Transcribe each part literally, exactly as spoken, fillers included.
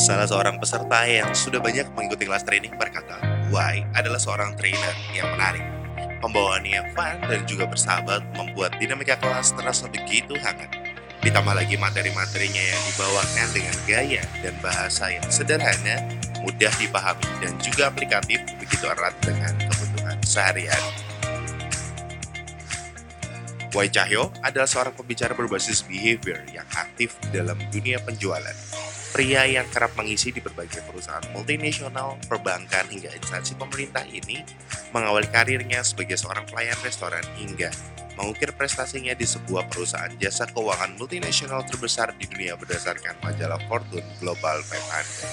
Salah seorang peserta yang sudah banyak mengikuti kelas training berkata, Y adalah seorang trainer yang menarik. Pembawaannya yang fun dan juga bersahabat membuat dinamika kelas terasa begitu hangat. Ditambah lagi materi-materinya yang dibawakan dengan gaya dan bahasa yang sederhana, mudah dipahami, dan juga aplikatif begitu erat dengan kebutuhan sehari-hari. Y Cahyo adalah seorang pembicara berbasis behavior yang aktif dalam dunia penjualan. Pria yang kerap mengisi di berbagai perusahaan multinasional, perbankan, hingga instansi pemerintah ini mengawali karirnya sebagai seorang pelayan restoran hingga mengukir prestasinya di sebuah perusahaan jasa keuangan multinasional terbesar di dunia berdasarkan majalah Fortune Global lima ratus.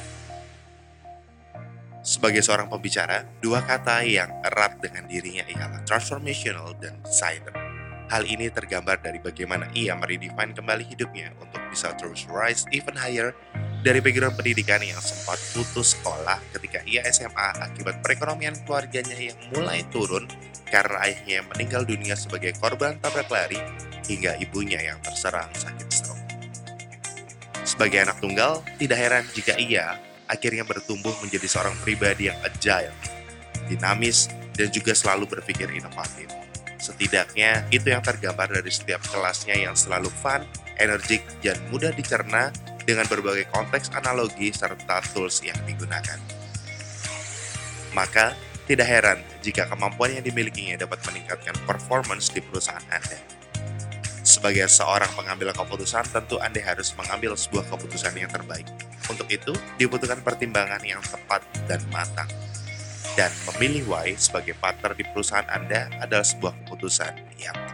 Sebagai seorang pembicara, dua kata yang erat dengan dirinya ialah transformational dan designer. Hal ini tergambar dari bagaimana ia meredefine kembali hidupnya untuk bisa terus rise even higher dari background pendidikan yang sempat putus sekolah ketika ia S M A akibat perekonomian keluarganya yang mulai turun karena ayahnya yang meninggal dunia sebagai korban tabrak lari hingga ibunya yang terserang sakit stroke. Sebagai anak tunggal, tidak heran jika ia akhirnya bertumbuh menjadi seorang pribadi yang agile, dinamis, dan juga selalu berpikir inovatif. Setidaknya, itu yang tergambar dari setiap kelasnya yang selalu fun, energik, dan mudah dicerna dengan berbagai konteks analogi serta tools yang digunakan. Maka, tidak heran jika kemampuan yang dimilikinya dapat meningkatkan performance di perusahaan Anda. Sebagai seorang pengambil keputusan, tentu Anda harus mengambil sebuah keputusan yang terbaik. Untuk itu, dibutuhkan pertimbangan yang tepat dan matang. Dan memilih Y sebagai partner di perusahaan Anda adalah sebuah keputusan yang